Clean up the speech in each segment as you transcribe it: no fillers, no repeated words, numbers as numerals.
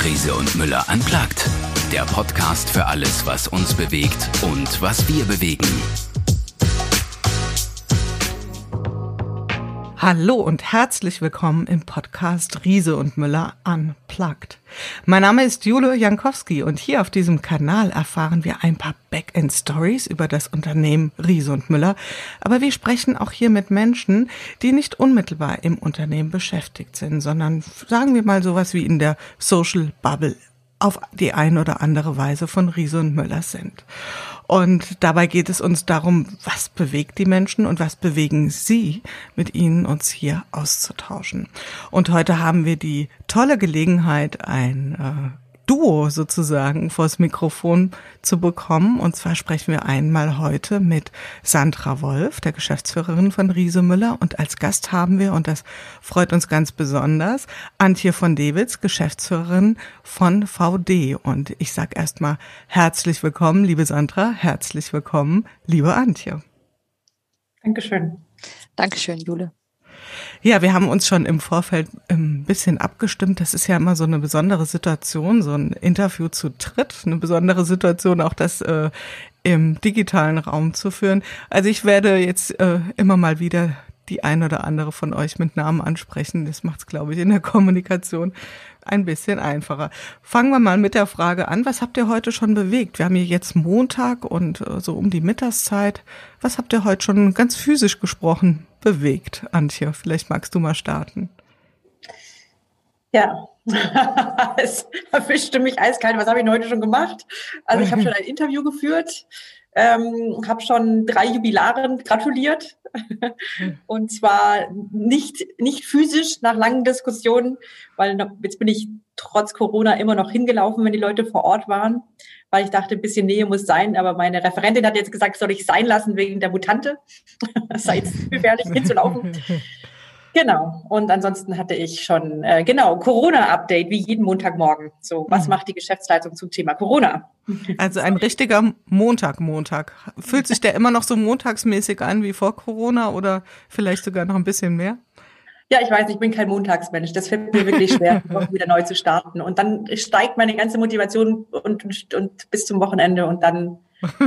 Riese und Müller unplugged. Der Podcast für alles, was uns bewegt und was wir bewegen. Hallo und herzlich willkommen im Podcast Riese und Müller unplugged. Mein Name ist Jule Jankowski und hier auf diesem Kanal erfahren wir ein paar Backend-Stories über das Unternehmen Riese und Müller. Aber wir sprechen auch hier mit Menschen, die nicht unmittelbar im Unternehmen beschäftigt sind, sondern sagen wir mal sowas wie in der Social Bubble auf die eine oder andere Weise von Riese und Müller sind. Und dabei geht es uns darum, was bewegt die Menschen und was bewegen sie, mit ihnen uns hier auszutauschen. Und heute haben wir die tolle Gelegenheit, ein Duo sozusagen vors Mikrofon zu bekommen. Und zwar sprechen wir einmal heute mit Sandra Wolf, der Geschäftsführerin von Riese Müller. Und als Gast haben wir, und das freut uns ganz besonders, Antje von Dewitz, Geschäftsführerin von VD. Und ich sage erstmal herzlich willkommen, liebe Sandra, herzlich willkommen, liebe Antje. Dankeschön. Dankeschön, Jule. Ja, wir haben uns schon im Vorfeld ein bisschen abgestimmt. Das ist ja immer so eine besondere Situation, so ein Interview zu dritt, eine besondere Situation, auch das im digitalen Raum zu führen. Also ich werde jetzt immer mal wieder die ein oder andere von euch mit Namen ansprechen. Das macht es, glaube ich, in der Kommunikation ein bisschen einfacher. Fangen wir mal mit der Frage an, was habt ihr heute schon bewegt? Wir haben hier jetzt Montag und so um die Mittagszeit. Was habt ihr heute schon ganz physisch gesprochen bewegt, Antje? Vielleicht magst du mal starten. Ja, es erwischte mich eiskalt. Was habe ich denn heute schon gemacht? Also ich habe schon ein Interview geführt, habe schon 3 Jubilaren gratuliert. Und zwar nicht physisch nach langen Diskussionen, weil jetzt bin ich trotz Corona immer noch hingelaufen, wenn die Leute vor Ort waren, weil ich dachte, ein bisschen Nähe muss sein. Aber meine Referentin hat jetzt gesagt, soll ich sein lassen wegen der Mutante. Es sei jetzt gefährlich hinzulaufen. Genau. Und ansonsten hatte ich schon, Corona-Update, wie jeden Montagmorgen. So, was macht die Geschäftsleitung zum Thema Corona? Also ein richtiger Montag. Fühlt sich der immer noch so montagsmäßig an wie vor Corona oder vielleicht sogar noch ein bisschen mehr? Ja, ich weiß, ich bin kein Montagsmensch. Das fällt mir wirklich schwer, wieder neu zu starten. Und dann steigt meine ganze Motivation und bis zum Wochenende und dann,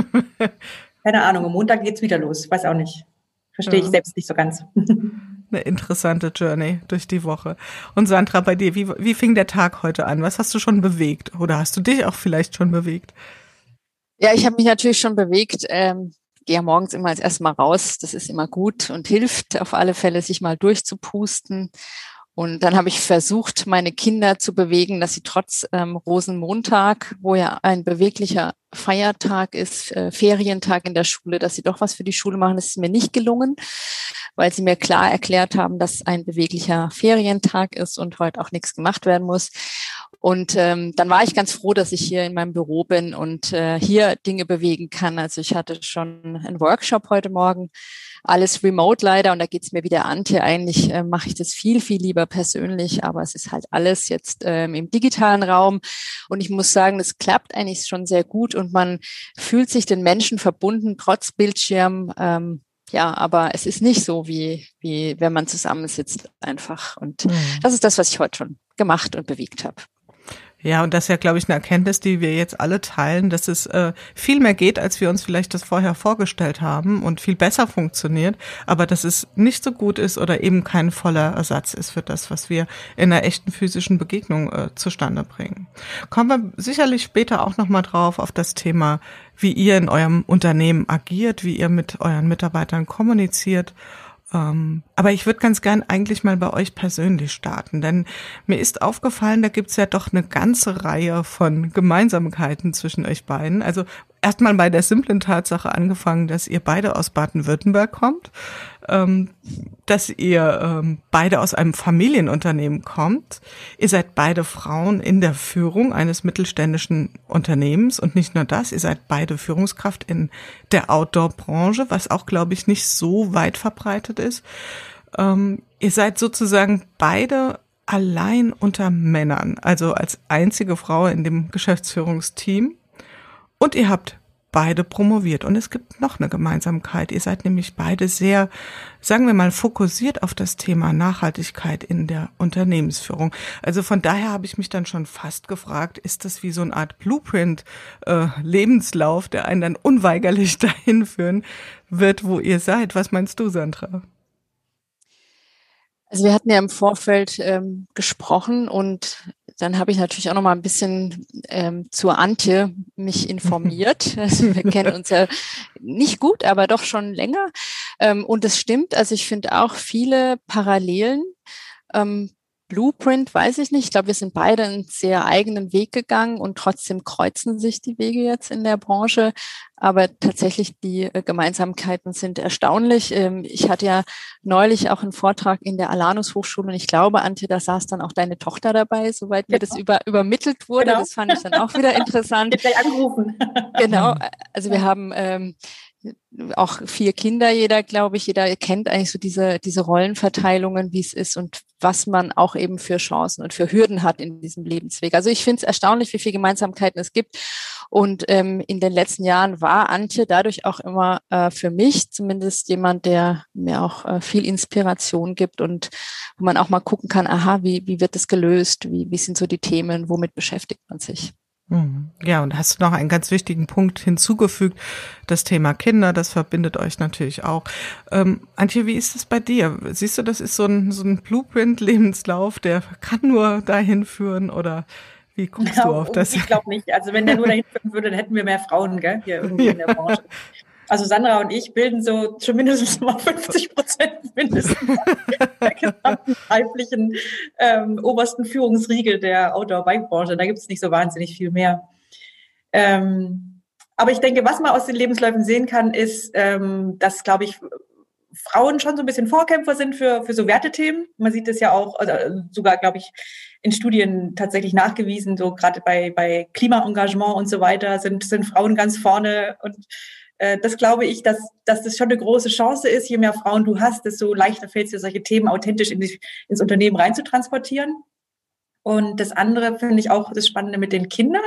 keine Ahnung, am Montag geht's wieder los. Weiß auch nicht. Verstehe ich selbst nicht so ganz. Eine interessante Journey durch die Woche. Und Sandra, bei dir, wie fing der Tag heute an? Was hast du schon bewegt? Oder hast du dich auch vielleicht schon bewegt? Ja, ich habe mich natürlich schon bewegt. Gehe ja morgens immer als erstes mal raus. Das ist immer gut und hilft auf alle Fälle, sich mal durchzupusten. Und dann habe ich versucht, meine Kinder zu bewegen, dass sie trotz Rosenmontag, wo ja ein beweglicher Feiertag ist, Ferientag in der Schule, dass sie doch was für die Schule machen. Das ist mir nicht gelungen, weil sie mir klar erklärt haben, dass ein beweglicher Ferientag ist und heute auch nichts gemacht werden muss. Und dann war ich ganz froh, dass ich hier in meinem Büro bin und hier Dinge bewegen kann. Also ich hatte schon einen Workshop heute Morgen, alles remote leider, und da geht's mir wie der Antje. Eigentlich mache ich das viel, viel lieber persönlich, aber es ist halt alles jetzt im digitalen Raum. Und ich muss sagen, das klappt eigentlich schon sehr gut und man fühlt sich den Menschen verbunden, trotz Bildschirm. Ja, aber es ist nicht so, wie wenn man zusammensitzt einfach. Und das ist das, was ich heute schon gemacht und bewegt habe. Ja, und das ist ja, glaube ich, eine Erkenntnis, die wir jetzt alle teilen, dass es viel mehr geht, als wir uns vielleicht das vorher vorgestellt haben und viel besser funktioniert, aber dass es nicht so gut ist oder eben kein voller Ersatz ist für das, was wir in einer echten physischen Begegnung zustande bringen. Kommen wir sicherlich später auch nochmal drauf auf das Thema, wie ihr in eurem Unternehmen agiert, wie ihr mit euren Mitarbeitern kommuniziert. Aber ich würde ganz gern eigentlich mal bei euch persönlich starten, denn mir ist aufgefallen, da gibt's ja doch eine ganze Reihe von Gemeinsamkeiten zwischen euch beiden. Also erstmal bei der simplen Tatsache angefangen, dass ihr beide aus Baden-Württemberg kommt, dass ihr beide aus einem Familienunternehmen kommt. Ihr seid beide Frauen in der Führung eines mittelständischen Unternehmens und nicht nur das, ihr seid beide Führungskraft in der Outdoor-Branche, was auch, glaube ich, nicht so weit verbreitet ist. Ihr seid sozusagen beide allein unter Männern, also als einzige Frau in dem Geschäftsführungsteam. Und ihr habt beide promoviert. Und es gibt noch eine Gemeinsamkeit. Ihr seid nämlich beide sehr, sagen wir mal, fokussiert auf das Thema Nachhaltigkeit in der Unternehmensführung. Also von daher habe ich mich dann schon fast gefragt, ist das wie so eine Art Blueprint, Lebenslauf, der einen dann unweigerlich dahin führen wird, wo ihr seid? Was meinst du, Sandra? Also wir hatten ja im Vorfeld gesprochen und dann habe ich natürlich auch noch mal ein bisschen zur Antje mich informiert. Also wir kennen uns ja nicht gut, aber doch schon länger. Und es stimmt, also ich finde auch viele Parallelen. Blueprint, weiß ich nicht. Ich glaube, wir sind beide einen sehr eigenen Weg gegangen und trotzdem kreuzen sich die Wege jetzt in der Branche. Aber tatsächlich die Gemeinsamkeiten sind erstaunlich. Ich hatte ja neulich auch einen Vortrag in der Alanus Hochschule und ich glaube, Antje, da saß dann auch deine Tochter dabei, soweit mir das übermittelt wurde. Genau. Das fand ich dann auch wieder interessant. Ich gleich angerufen. Genau. Also wir haben auch 4 Kinder, jeder, glaube ich, jeder kennt eigentlich so diese Rollenverteilungen, wie es ist und was man auch eben für Chancen und für Hürden hat in diesem Lebensweg. Also ich finde es erstaunlich, wie viele Gemeinsamkeiten es gibt. Und in den letzten Jahren war Antje dadurch auch immer für mich zumindest jemand, der mir auch viel Inspiration gibt und wo man auch mal gucken kann, aha, wie wird das gelöst? Wie sind so die Themen? Womit beschäftigt man sich? Ja, und hast du noch einen ganz wichtigen Punkt hinzugefügt, das Thema Kinder, das verbindet euch natürlich auch. Antje, wie ist es bei dir? Siehst du, das ist so ein Blueprint-Lebenslauf, der kann nur dahin führen oder wie guckst du auf das? Ich glaube nicht. Also wenn der nur dahin führen würde, dann hätten wir mehr Frauen, gell, hier irgendwie in der Branche. Also Sandra und ich bilden so schon mindestens mal 50% mindestens der gesamten weiblichen obersten Führungsriegel der Outdoor-Bike-Branche. Da gibt es nicht so wahnsinnig viel mehr. Aber ich denke, was man aus den Lebensläufen sehen kann, ist, dass, glaube ich, Frauen schon so ein bisschen Vorkämpfer sind für so Wertethemen. Man sieht das ja auch, also sogar, glaube ich, in Studien tatsächlich nachgewiesen, so gerade bei Klimaengagement und so weiter sind Frauen ganz vorne und das glaube ich, dass das schon eine große Chance ist. Je mehr Frauen du hast, desto leichter fällt es dir, solche Themen authentisch ins Unternehmen reinzutransportieren. Und das andere finde ich auch das Spannende mit den Kindern.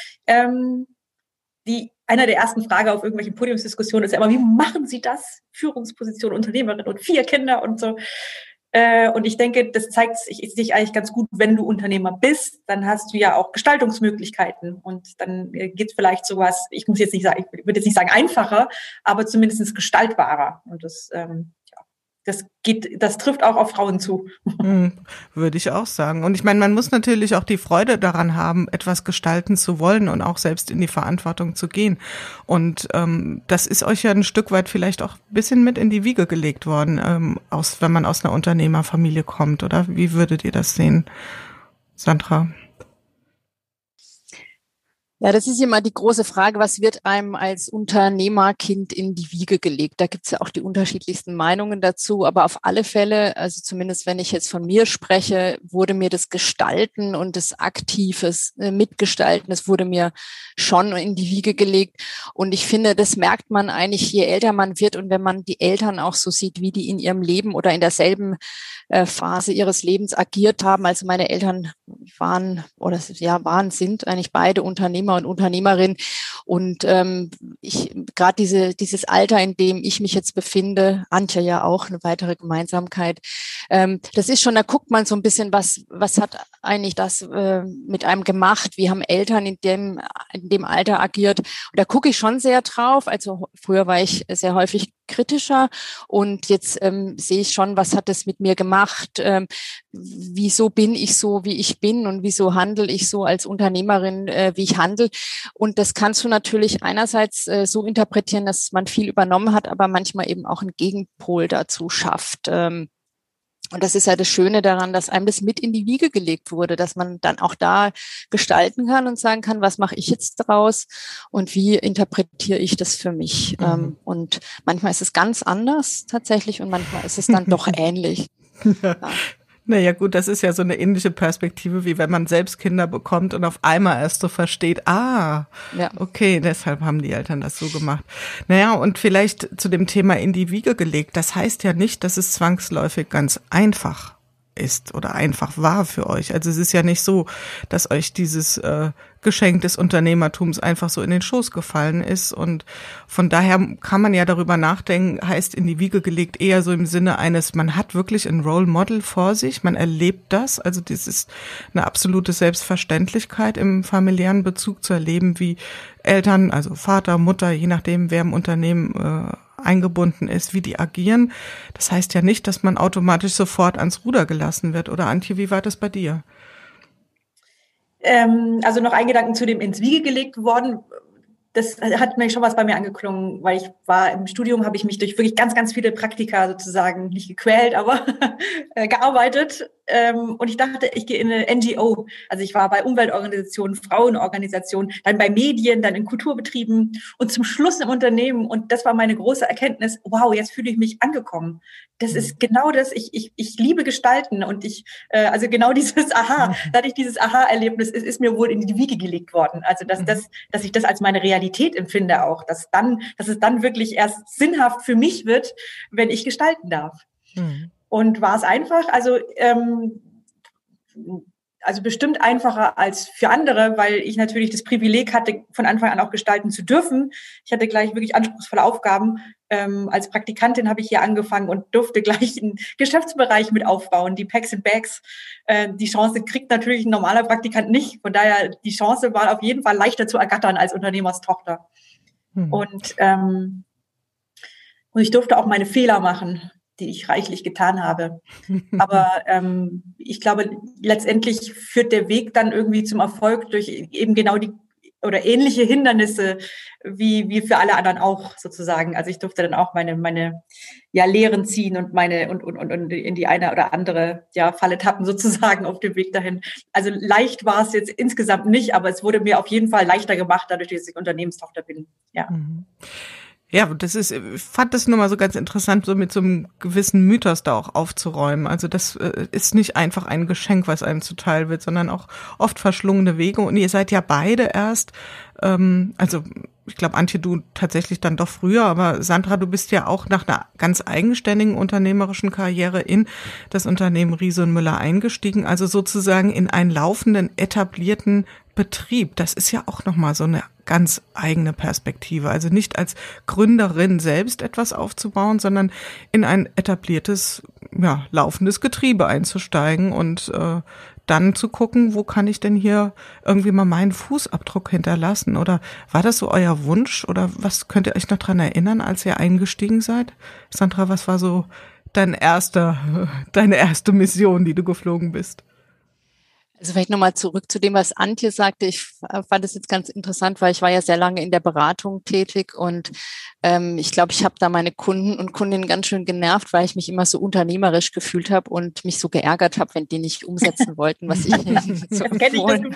Einer der ersten Fragen auf irgendwelchen Podiumsdiskussionen ist ja immer, wie machen Sie das? Führungsposition, Unternehmerin und 4 Kinder und so. Und ich denke, das zeigt sich eigentlich ganz gut, wenn du Unternehmer bist, dann hast du ja auch Gestaltungsmöglichkeiten und dann geht vielleicht sowas, ich würde jetzt nicht sagen einfacher, aber zumindest gestaltbarer und das trifft auch auf Frauen zu. Würde ich auch sagen. Und ich meine, man muss natürlich auch die Freude daran haben, etwas gestalten zu wollen und auch selbst in die Verantwortung zu gehen. Und das ist euch ja ein Stück weit vielleicht auch ein bisschen mit in die Wiege gelegt worden, wenn man aus einer Unternehmerfamilie kommt. Oder wie würdet ihr das sehen, Sandra? Ja, das ist immer die große Frage, was wird einem als Unternehmerkind in die Wiege gelegt? Da gibt's ja auch die unterschiedlichsten Meinungen dazu, aber auf alle Fälle, also zumindest wenn ich jetzt von mir spreche, wurde mir das Gestalten und das aktives Mitgestalten, das wurde mir schon in die Wiege gelegt. Und ich finde, das merkt man eigentlich, je älter man wird und wenn man die Eltern auch so sieht, wie die in ihrem Leben oder in derselben Phase ihres Lebens agiert haben. Also meine Eltern sind eigentlich beide Unternehmer und Unternehmerin und ich gerade dieses Alter, in dem ich mich jetzt befinde, Antje ja auch eine weitere Gemeinsamkeit. Das ist schon, da guckt man so ein bisschen, was hat eigentlich das mit einem gemacht? Wie haben Eltern in dem Alter agiert? Und da gucke ich schon sehr drauf. Also früher war ich sehr häufig kritischer und jetzt sehe ich schon, was hat das mit mir gemacht? Wieso bin ich so, wie ich bin und wieso handle ich so als Unternehmerin, wie ich handle? Und das kannst du natürlich einerseits so interpretieren, dass man viel übernommen hat, aber manchmal eben auch einen Gegenpol dazu schafft. Und das ist ja das Schöne daran, dass einem das mit in die Wiege gelegt wurde, dass man dann auch da gestalten kann und sagen kann, was mache ich jetzt daraus und wie interpretiere ich das für mich? Und manchmal ist es ganz anders tatsächlich und manchmal ist es dann doch ähnlich. Ja. Naja gut, das ist ja so eine ähnliche Perspektive, wie wenn man selbst Kinder bekommt und auf einmal erst so versteht, okay, deshalb haben die Eltern das so gemacht. Naja, und vielleicht zu dem Thema in die Wiege gelegt, das heißt ja nicht, dass es zwangsläufig ganz einfach ist oder einfach war für euch. Also es ist ja nicht so, dass euch dieses Geschenk des Unternehmertums einfach so in den Schoß gefallen ist. Und von daher kann man ja darüber nachdenken, heißt in die Wiege gelegt eher so im Sinne eines, man hat wirklich ein Role Model vor sich, man erlebt das. Also das ist eine absolute Selbstverständlichkeit im familiären Bezug zu erleben, wie Eltern, also Vater, Mutter, je nachdem, wer im Unternehmen eingebunden ist, wie die agieren. Das heißt ja nicht, dass man automatisch sofort ans Ruder gelassen wird. Oder Antje, wie war das bei dir? Also noch ein Gedanken zu dem ins Wiege gelegt worden. Das hat mir schon was bei mir angeklungen, weil ich war im Studium, habe ich mich durch wirklich ganz, ganz viele Praktika sozusagen nicht gequält, aber gearbeitet. Und ich dachte, ich gehe in eine NGO. Also ich war bei Umweltorganisationen, Frauenorganisationen, dann bei Medien, dann in Kulturbetrieben und zum Schluss im Unternehmen. Und das war meine große Erkenntnis. Wow, jetzt fühle ich mich angekommen. Das ist genau das. Ich liebe Gestalten und also genau dieses Aha, dadurch dieses Aha-Erlebnis ist mir wohl in die Wiege gelegt worden. Also dass ich das als meine Realität empfinde auch, dass es dann wirklich erst sinnhaft für mich wird, wenn ich gestalten darf. Und war es einfach? Also bestimmt einfacher als für andere, weil ich natürlich das Privileg hatte, von Anfang an auch gestalten zu dürfen. Ich hatte gleich wirklich anspruchsvolle Aufgaben. Als Praktikantin habe ich hier angefangen und durfte gleich einen Geschäftsbereich mit aufbauen, die Packs and Bags. Die Chance kriegt natürlich ein normaler Praktikant nicht. Von daher, die Chance war auf jeden Fall leichter zu ergattern als Unternehmerstochter. Und ich durfte auch meine Fehler machen, die ich reichlich getan habe. Aber ich glaube, letztendlich führt der Weg dann irgendwie zum Erfolg durch eben genau die oder ähnliche Hindernisse wie für alle anderen auch sozusagen. Also ich durfte dann auch meine Lehren ziehen und und in die eine oder andere Falle tappen sozusagen auf dem Weg dahin. Also leicht war es jetzt insgesamt nicht, aber es wurde mir auf jeden Fall leichter gemacht, dadurch, dass ich Unternehmenstochter bin. Ja. Ja, ich fand das nur mal so ganz interessant, so mit so einem gewissen Mythos da auch aufzuräumen. Also das ist nicht einfach ein Geschenk, was einem zuteil wird, sondern auch oft verschlungene Wege. Und ihr seid ja beide erst, also ich glaube, Antje, du tatsächlich dann doch früher, aber Sandra, du bist ja auch nach einer ganz eigenständigen unternehmerischen Karriere in das Unternehmen Riese und Müller eingestiegen, also sozusagen in einen laufenden, etablierten Betrieb. Das ist ja auch nochmal so eine ganz eigene Perspektive. Also nicht als Gründerin selbst etwas aufzubauen, sondern in ein etabliertes, laufendes Getriebe einzusteigen und dann zu gucken, wo kann ich denn hier irgendwie mal meinen Fußabdruck hinterlassen? Oder war das so euer Wunsch? Oder was könnt ihr euch noch dran erinnern, als ihr eingestiegen seid? Sandra, was war so deine erste Mission, die du geflogen bist? Also vielleicht nochmal zurück zu dem, was Antje sagte. Ich fand es jetzt ganz interessant, weil ich war ja sehr lange in der Beratung tätig und ich glaube, ich habe da meine Kunden und Kundinnen ganz schön genervt, weil ich mich immer so unternehmerisch gefühlt habe und mich so geärgert habe, wenn die nicht umsetzen wollten, was ich so empfohlen.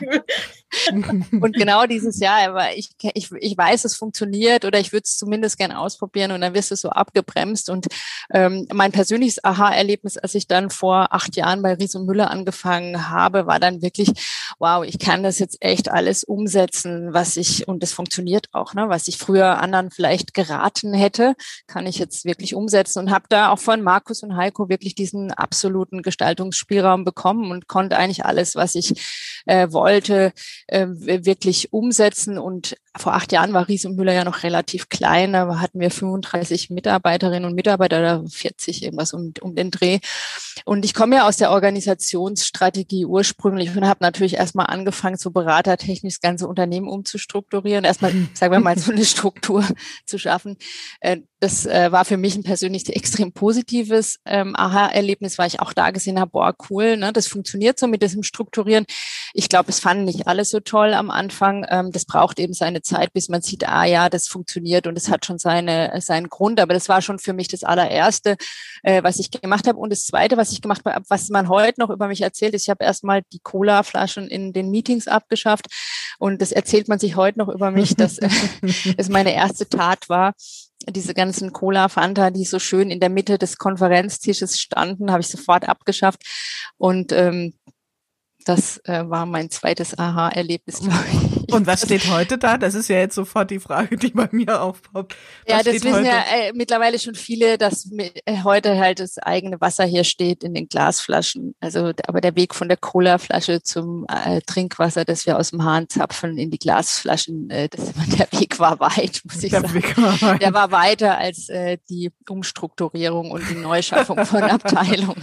Und genau dieses Jahr, aber ich weiß, es funktioniert oder ich würde es zumindest gern ausprobieren und dann wirst du so abgebremst. Und mein persönliches Aha-Erlebnis, als ich dann vor 8 Jahren bei Riese und Müller angefangen habe, war dann wirklich, wow, ich kann das jetzt echt alles umsetzen, und das funktioniert auch, ne, was ich früher anderen vielleicht geraten hätte, kann ich jetzt wirklich umsetzen und habe da auch von Markus und Heiko wirklich diesen absoluten Gestaltungsspielraum bekommen und konnte eigentlich alles, was ich wollte, wirklich umsetzen. Und vor 8 Jahren war Riese und Müller ja noch relativ klein, da hatten wir 35 Mitarbeiterinnen und Mitarbeiter oder 40, irgendwas um den Dreh. Und ich komme ja aus der Organisationsstrategie ursprünglich und habe natürlich erstmal angefangen, so beratertechnisch das ganze Unternehmen umzustrukturieren, erstmal, sagen wir mal, so eine Struktur zu schaffen. Das war für mich ein persönlich extrem positives Aha-Erlebnis, weil ich auch da gesehen habe, boah, cool, ne, das funktioniert so mit diesem Strukturieren. Ich glaube, es fanden nicht alle so toll am Anfang. Das braucht eben seine Zeit, bis man sieht, das funktioniert und es hat schon seinen Grund. Aber das war schon für mich das allererste, was ich gemacht habe. Und das Zweite, was ich gemacht habe, was man heute noch über mich erzählt, ist, ich habe erstmal die Cola-Flaschen in den Meetings abgeschafft. Und das erzählt man sich heute noch über mich, dass es meine erste Tat war. Diese ganzen Cola, Fanta, die so schön in der Mitte des Konferenztisches standen, habe ich sofort abgeschafft. Und das war mein zweites Aha-Erlebnis, glaube ich. Und was steht heute da? Das ist ja jetzt sofort die Frage, die bei mir aufpoppt. Ja, das wissen ja mittlerweile schon viele, dass heute halt das eigene Wasser hier steht in den Glasflaschen. Also, aber der Weg von der Colaflasche zum Trinkwasser, das wir aus dem Hahn zapfen, in die Glasflaschen, der Weg war weit, muss ich sagen. Der war weiter als die Umstrukturierung und die Neuschaffung von Abteilungen.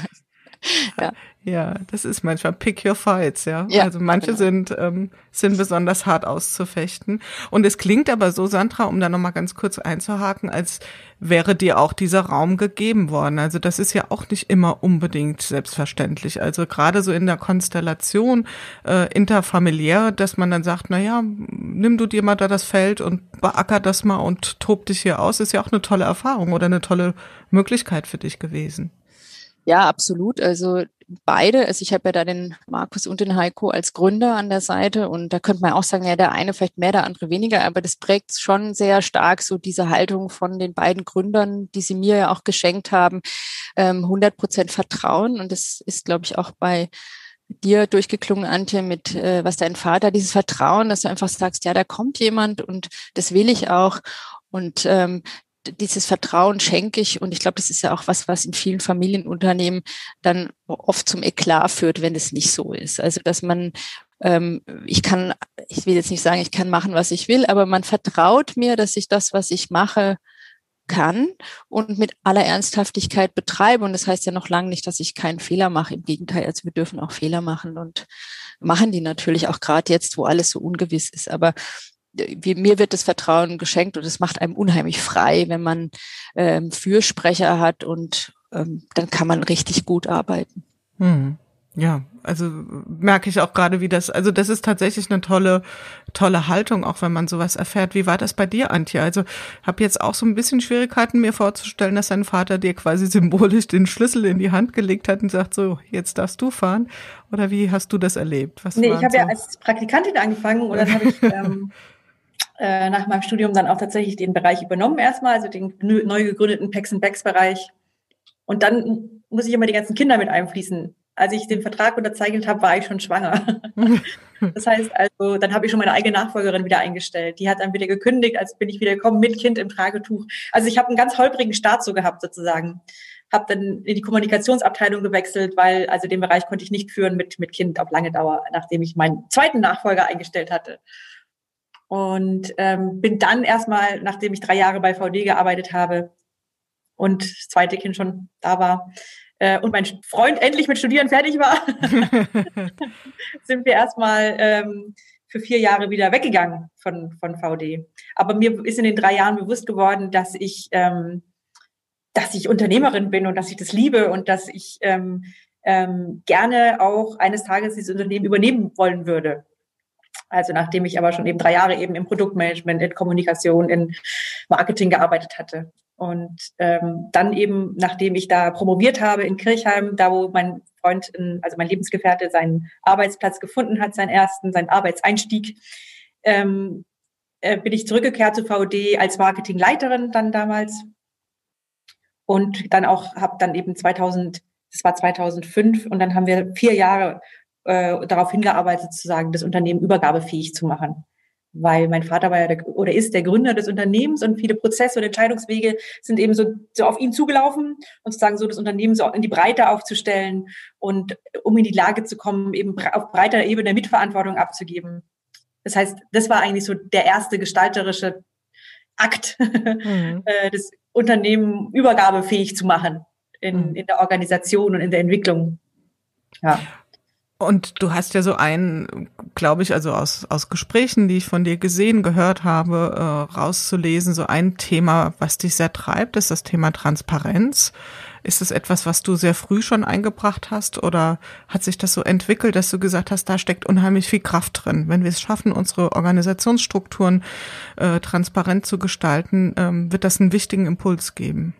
Ja, das ist manchmal pick your fights, ja. Also manche sind besonders hart auszufechten. Und es klingt aber so, Sandra, um da nochmal ganz kurz einzuhaken, als wäre dir auch dieser Raum gegeben worden. Also das ist ja auch nicht immer unbedingt selbstverständlich. Also gerade so in der Konstellation interfamiliär, dass man dann sagt, nimm du dir mal da das Feld und beacker das mal und tob dich hier aus, ist ja auch eine tolle Erfahrung oder eine tolle Möglichkeit für dich gewesen. Ja, absolut. Also beide. Also ich habe ja da den Markus und den Heiko als Gründer an der Seite und da könnte man auch sagen, ja, der eine vielleicht mehr, der andere weniger, aber das prägt schon sehr stark so diese Haltung von den beiden Gründern, die sie mir ja auch geschenkt haben, 100% Vertrauen und das ist, glaube ich, auch bei dir durchgeklungen, Antje, mit was dein Vater, dieses Vertrauen, dass du einfach sagst, ja, da kommt jemand und das will ich auch und dieses Vertrauen schenke ich und ich glaube, das ist ja auch was in vielen Familienunternehmen dann oft zum Eklat führt, wenn es nicht so ist. Also, dass man, ich will jetzt nicht sagen, ich kann machen, was ich will, aber man vertraut mir, dass ich das, was ich mache, kann und mit aller Ernsthaftigkeit betreibe. Und das heißt ja noch lange nicht, dass ich keinen Fehler mache. Im Gegenteil, also wir dürfen auch Fehler machen und machen die natürlich auch gerade jetzt, wo alles so ungewiss ist. Aber mir wird das Vertrauen geschenkt und es macht einem unheimlich frei, wenn man Fürsprecher hat und dann kann man richtig gut arbeiten. Ja, also merke ich auch gerade, also das ist tatsächlich eine tolle Haltung, auch wenn man sowas erfährt. Wie war das bei dir, Antje? Also habe jetzt auch so ein bisschen Schwierigkeiten, mir vorzustellen, dass dein Vater dir quasi symbolisch den Schlüssel in die Hand gelegt hat und sagt, so, jetzt darfst du fahren. Oder wie hast du das erlebt? Ich habe ja als Praktikantin angefangen und dann habe ich nach meinem Studium dann auch tatsächlich den Bereich übernommen erstmal, also den neu gegründeten Packs & Bags Bereich. Und dann muss ich immer die ganzen Kinder mit einfließen. Als ich den Vertrag unterzeichnet habe, war ich schon schwanger. Das heißt also, dann habe ich schon meine eigene Nachfolgerin wieder eingestellt. Die hat dann wieder gekündigt, als bin ich wieder gekommen mit Kind im Tragetuch. Also ich habe einen ganz holprigen Start so gehabt sozusagen. Habe dann in die Kommunikationsabteilung gewechselt, weil also den Bereich konnte ich nicht führen mit Kind auf lange Dauer, nachdem ich meinen zweiten Nachfolger eingestellt hatte. Und bin dann erstmal, nachdem ich 3 Jahre bei VD gearbeitet habe und das zweite Kind schon da war und mein Freund endlich mit Studieren fertig war, sind wir erstmal für 4 Jahre wieder weggegangen von VD. Aber mir ist in den 3 Jahren bewusst geworden, dass ich Unternehmerin bin und dass ich das liebe und dass ich gerne auch eines Tages dieses Unternehmen übernehmen wollen würde. Also nachdem ich aber schon eben 3 Jahre eben im Produktmanagement, in Kommunikation, in Marketing gearbeitet hatte. Und dann eben, nachdem ich da promoviert habe in Kirchheim, da wo mein Freund, also mein Lebensgefährte, seinen Arbeitsplatz gefunden hat, seinen Arbeitseinstieg, bin ich zurückgekehrt zu VD als Marketingleiterin dann damals. Und dann auch, habe dann eben 2005 und dann haben wir 4 Jahre darauf hingearbeitet, sozusagen das Unternehmen übergabefähig zu machen. Weil mein Vater war ja ist der Gründer des Unternehmens und viele Prozesse und Entscheidungswege sind eben so auf ihn zugelaufen und sozusagen so das Unternehmen so in die Breite aufzustellen und um in die Lage zu kommen, eben auf breiter Ebene Mitverantwortung abzugeben. Das heißt, das war eigentlich so der erste gestalterische Akt, das Unternehmen übergabefähig zu machen in der Organisation und in der Entwicklung. Ja. Und du hast ja so glaube ich, also aus Gesprächen, die ich von dir gehört habe, rauszulesen, so ein Thema, was dich sehr treibt, ist das Thema Transparenz. Ist das etwas, was du sehr früh schon eingebracht hast oder hat sich das so entwickelt, dass du gesagt hast, da steckt unheimlich viel Kraft drin? Wenn wir es schaffen, unsere Organisationsstrukturen transparent zu gestalten, wird das einen wichtigen Impuls geben.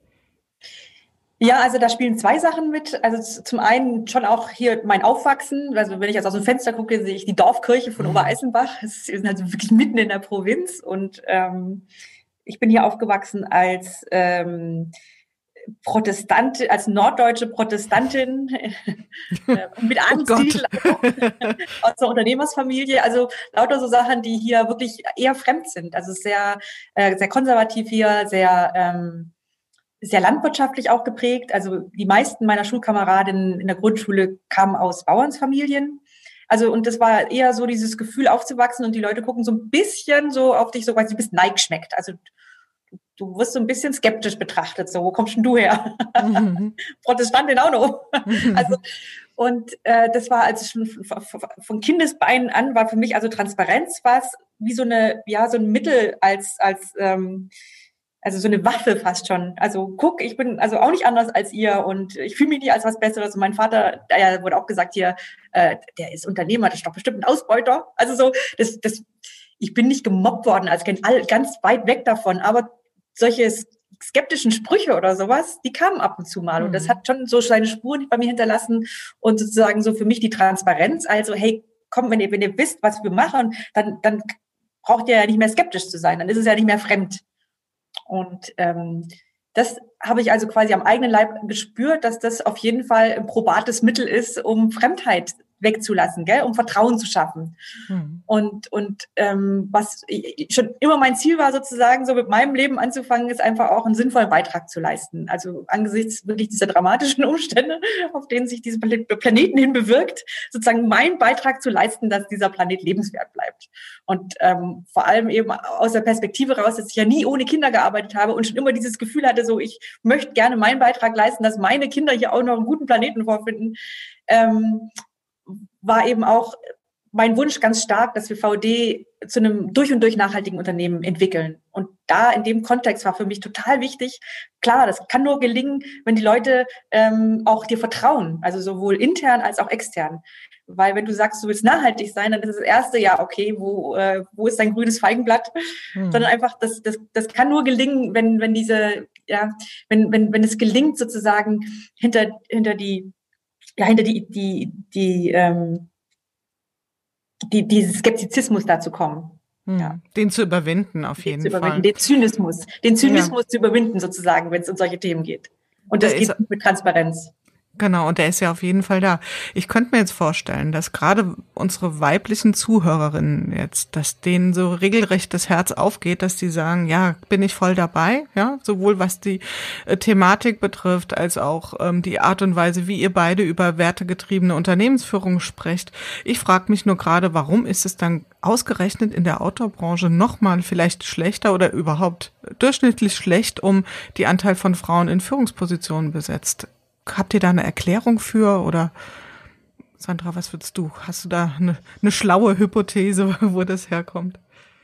Ja, also da spielen 2 Sachen mit. Also zum einen schon auch hier mein Aufwachsen. Also wenn ich jetzt aus dem Fenster gucke, sehe ich die Dorfkirche von Obereisenbach. Wir sind also wirklich mitten in der Provinz und ich bin hier aufgewachsen als Protestantin, als norddeutsche Protestantin mit Adelstitel aus der Unternehmersfamilie. Also lauter so Sachen, die hier wirklich eher fremd sind. Also sehr, sehr konservativ hier, sehr landwirtschaftlich auch geprägt. Also die meisten meiner Schulkameradinnen in der Grundschule kamen aus Bauernsfamilien. Also, und das war eher so dieses Gefühl aufzuwachsen und die Leute gucken so ein bisschen so auf dich, so quasi, du bist neigeschmeckt. Also du wirst so ein bisschen skeptisch betrachtet, so, wo kommst denn du her? Protestantin auch noch. Also, und das war also schon von Kindesbeinen an, war für mich also Transparenz war es wie so eine, ja, so ein Mittel also so eine Waffe fast schon. Also guck, ich bin also auch nicht anders als ihr und ich fühle mich nicht als was Besseres. Und mein Vater, da wurde auch gesagt hier, der ist Unternehmer, das ist doch bestimmt ein Ausbeuter. Also so, ich bin nicht gemobbt worden als Kind, ganz weit weg davon, aber solche skeptischen Sprüche oder sowas, die kamen ab und zu mal. Und das hat schon so seine Spuren bei mir hinterlassen und sozusagen so für mich die Transparenz. Also, hey, komm, wenn ihr wisst, was wir machen, dann braucht ihr ja nicht mehr skeptisch zu sein. Dann ist es ja nicht mehr fremd. Und das habe ich also quasi am eigenen Leib gespürt, dass das auf jeden Fall ein probates Mittel ist, um Fremdheit wegzulassen, gell, um Vertrauen zu schaffen. Und was schon immer mein Ziel war, sozusagen so mit meinem Leben anzufangen, ist einfach auch einen sinnvollen Beitrag zu leisten. Also angesichts wirklich dieser dramatischen Umstände, auf denen sich dieser Planeten hin bewirkt, sozusagen meinen Beitrag zu leisten, dass dieser Planet lebenswert bleibt. Und vor allem eben aus der Perspektive raus, dass ich ja nie ohne Kinder gearbeitet habe und schon immer dieses Gefühl hatte, so ich möchte gerne meinen Beitrag leisten, dass meine Kinder hier auch noch einen guten Planeten vorfinden, war eben auch mein Wunsch ganz stark, dass wir VD zu einem durch und durch nachhaltigen Unternehmen entwickeln. Und da in dem Kontext war für mich total wichtig, klar, das kann nur gelingen, wenn die Leute auch dir vertrauen, also sowohl intern als auch extern. Weil wenn du sagst, du willst nachhaltig sein, dann ist das erste, ja, okay, wo ist dein grünes Feigenblatt? Sondern einfach, das kann nur gelingen, wenn es gelingt, sozusagen hinter diesen Skeptizismus da zu kommen. Ja. Den zu überwinden, auf jeden Fall. Den Zynismus zu überwinden, sozusagen, wenn es um solche Themen geht. Und das geht mit Transparenz. Genau, und der ist ja auf jeden Fall da. Ich könnte mir jetzt vorstellen, dass gerade unsere weiblichen Zuhörerinnen jetzt, dass denen so regelrecht das Herz aufgeht, dass die sagen, ja, bin ich voll dabei, ja, sowohl was die Thematik betrifft, als auch die Art und Weise, wie ihr beide über wertegetriebene Unternehmensführung sprecht. Ich frage mich nur gerade, warum ist es dann ausgerechnet in der Outdoor-Branche nochmal vielleicht schlechter oder überhaupt durchschnittlich schlecht, die Anteil von Frauen in Führungspositionen besetzt? Habt ihr da eine Erklärung für oder Sandra, was würdest du? Hast du da eine schlaue Hypothese, wo das herkommt?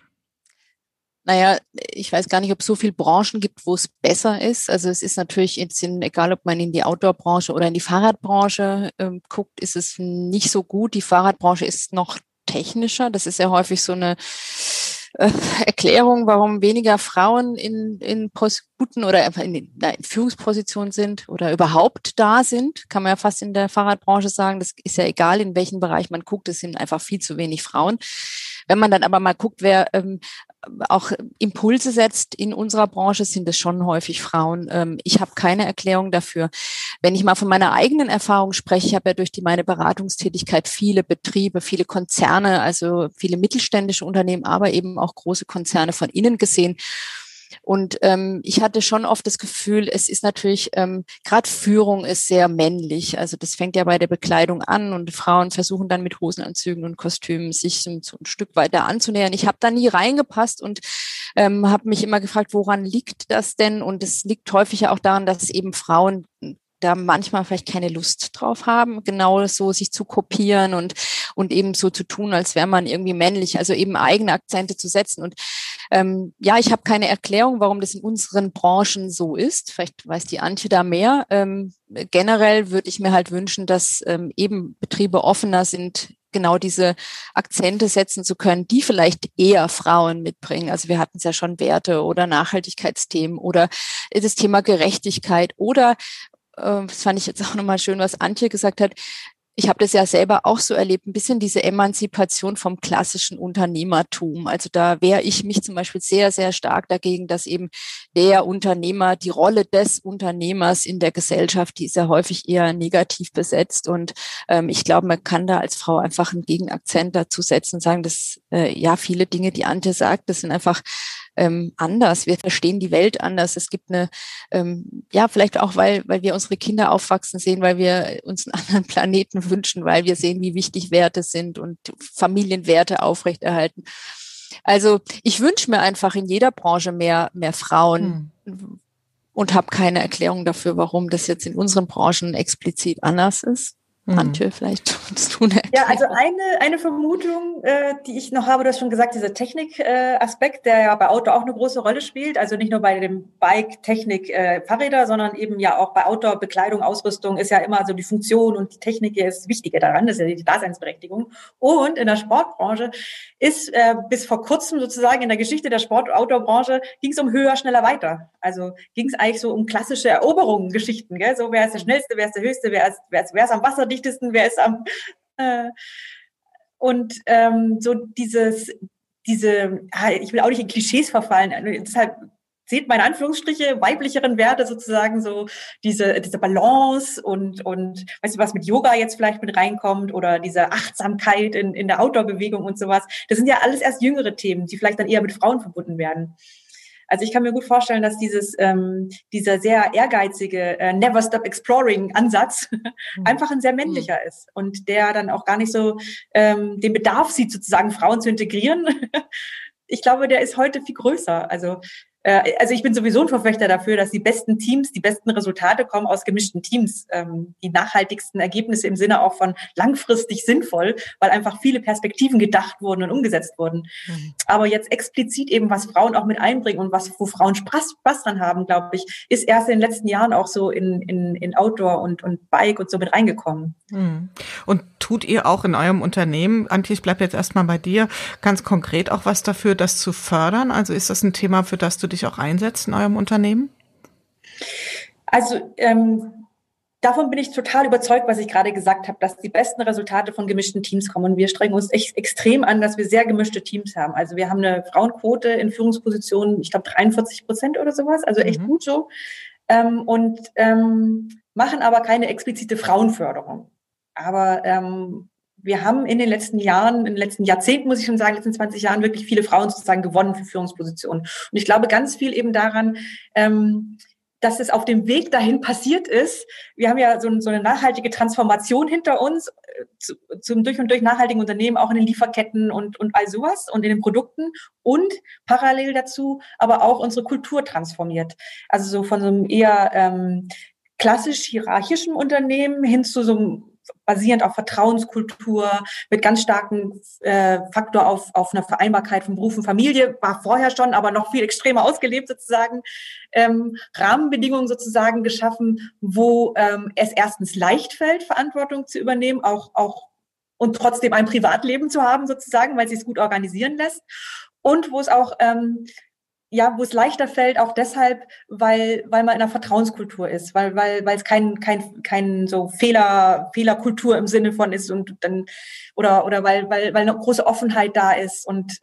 Naja, ich weiß gar nicht, ob es so viele Branchen gibt, wo es besser ist. Also es ist natürlich, egal ob man in die Outdoor-Branche oder in die Fahrradbranche guckt, ist es nicht so gut. Die Fahrradbranche ist noch technischer. Das ist ja häufig so eine Erklärung, warum weniger Frauen in guten oder in Führungspositionen sind oder überhaupt da sind, kann man ja fast in der Fahrradbranche sagen. Das ist ja egal, in welchem Bereich man guckt, es sind einfach viel zu wenig Frauen. Wenn man dann aber mal guckt, wer auch Impulse setzt in unserer Branche, sind es schon häufig Frauen. Ich habe keine Erklärung dafür. Wenn ich mal von meiner eigenen Erfahrung spreche, ich habe ja durch meine Beratungstätigkeit viele Betriebe, viele Konzerne, also viele mittelständische Unternehmen, aber eben auch große Konzerne von innen gesehen. Und ich hatte schon oft das Gefühl, es ist natürlich, gerade Führung ist sehr männlich. Also das fängt ja bei der Bekleidung an und Frauen versuchen dann mit Hosenanzügen und Kostümen sich so ein Stück weiter anzunähern. Ich habe da nie reingepasst und habe mich immer gefragt, woran liegt das denn? Und es liegt häufig ja auch daran, dass eben Frauen da manchmal vielleicht keine Lust drauf haben, genau so sich zu kopieren und eben so zu tun, als wäre man irgendwie männlich, also eben eigene Akzente zu setzen. Und ich habe keine Erklärung, warum das in unseren Branchen so ist. Vielleicht weiß die Antje da mehr. Generell würde ich mir halt wünschen, dass eben Betriebe offener sind, genau diese Akzente setzen zu können, die vielleicht eher Frauen mitbringen. Also wir hatten es ja schon Werte oder Nachhaltigkeitsthemen oder das Thema Gerechtigkeit oder das fand ich jetzt auch nochmal schön, was Antje gesagt hat, Ich habe das ja selber auch so erlebt, ein bisschen diese Emanzipation vom klassischen Unternehmertum. Also da wehre ich mich zum Beispiel sehr, sehr stark dagegen, dass eben der Unternehmer, die Rolle des Unternehmers in der Gesellschaft, die ist ja häufig eher negativ besetzt. Und ich glaube, man kann da als Frau einfach einen Gegenakzent dazu setzen und sagen, dass viele Dinge, die Antje sagt, das sind einfach anders. Wir verstehen die Welt anders. Es gibt eine, vielleicht auch, weil wir unsere Kinder aufwachsen sehen, weil wir uns einen anderen Planeten wünschen, weil wir sehen, wie wichtig Werte sind und Familienwerte aufrechterhalten. Also ich wünsche mir einfach in jeder Branche mehr Frauen und habe keine Erklärung dafür, warum das jetzt in unseren Branchen explizit anders ist. Antje, vielleicht kannst du eine Erklärung. Ja, also eine Vermutung, die ich noch habe, du hast schon gesagt, dieser Technik-Aspekt, der ja bei Outdoor auch eine große Rolle spielt, also nicht nur bei dem Bike, Technik, Fahrräder, sondern eben ja auch bei Outdoor, Bekleidung, Ausrüstung ist ja immer so die Funktion und die Technik ist das Wichtige daran, das ist ja die Daseinsberechtigung. Und in der Sportbranche ist bis vor kurzem sozusagen in der Geschichte der Sport-Outdoor-Branche ging es um höher, schneller, weiter. Also ging es eigentlich so um klassische Eroberungen, Geschichten, gell? So wer ist der Schnellste, wer ist der Höchste, wer ist am Wasserdichtesten, wer ist am so ich will auch nicht in Klischees verfallen, deshalb seht meine Anführungsstriche, weiblicheren Werte sozusagen, so diese Balance und weißt du, was mit Yoga jetzt vielleicht mit reinkommt oder diese Achtsamkeit in der Outdoor-Bewegung und sowas. Das sind ja alles erst jüngere Themen, die vielleicht dann eher mit Frauen verbunden werden. Also ich kann mir gut vorstellen, dass dieser sehr ehrgeizige Never Stop Exploring Ansatz einfach ein sehr männlicher ist und der dann auch gar nicht so den Bedarf sieht, sozusagen Frauen zu integrieren. Ich glaube, der ist heute viel größer. Also ich bin sowieso ein Verfechter dafür, dass die besten Teams, die besten Resultate kommen aus gemischten Teams, die nachhaltigsten Ergebnisse im Sinne auch von langfristig sinnvoll, weil einfach viele Perspektiven gedacht wurden und umgesetzt wurden. Aber jetzt explizit eben, was Frauen auch mit einbringen und wo Frauen Spaß dran haben, glaube ich, ist erst in den letzten Jahren auch so in Outdoor und Bike und so mit reingekommen. Und tut ihr auch in eurem Unternehmen, Antje, ich bleibe jetzt erstmal bei dir, ganz konkret auch was dafür, das zu fördern? Also ist das ein Thema, für das du dich auch einsetzt in eurem Unternehmen? Also davon bin ich total überzeugt, was ich gerade gesagt habe, dass die besten Resultate von gemischten Teams kommen. Und wir strengen uns echt extrem an, dass wir sehr gemischte Teams haben. Also wir haben eine Frauenquote in Führungspositionen, ich glaube 43% oder sowas, also echt gut so. Machen aber keine explizite Frauenförderung. Aber wir haben in den letzten Jahren, in den letzten Jahrzehnten, muss ich schon sagen, in den letzten 20 Jahren wirklich viele Frauen sozusagen gewonnen für Führungspositionen. Und ich glaube ganz viel eben daran, dass es auf dem Weg dahin passiert ist. Wir haben ja so eine nachhaltige Transformation hinter uns zum durch und durch nachhaltigen Unternehmen, auch in den Lieferketten und all sowas und in den Produkten und parallel dazu aber auch unsere Kultur transformiert. Also so von so einem eher klassisch hierarchischen Unternehmen hin zu so einem basierend auf Vertrauenskultur, mit ganz starkem Faktor auf eine Vereinbarkeit von Beruf und Familie, war vorher schon, aber noch viel extremer ausgelebt sozusagen, Rahmenbedingungen sozusagen geschaffen, wo es erstens leicht fällt, Verantwortung zu übernehmen, auch und trotzdem ein Privatleben zu haben sozusagen, weil es sich gut organisieren lässt und wo es auch wo es leichter fällt, auch deshalb, weil man in einer Vertrauenskultur ist, weil es kein so Fehlerkultur im Sinne von ist und dann oder weil eine große Offenheit da ist und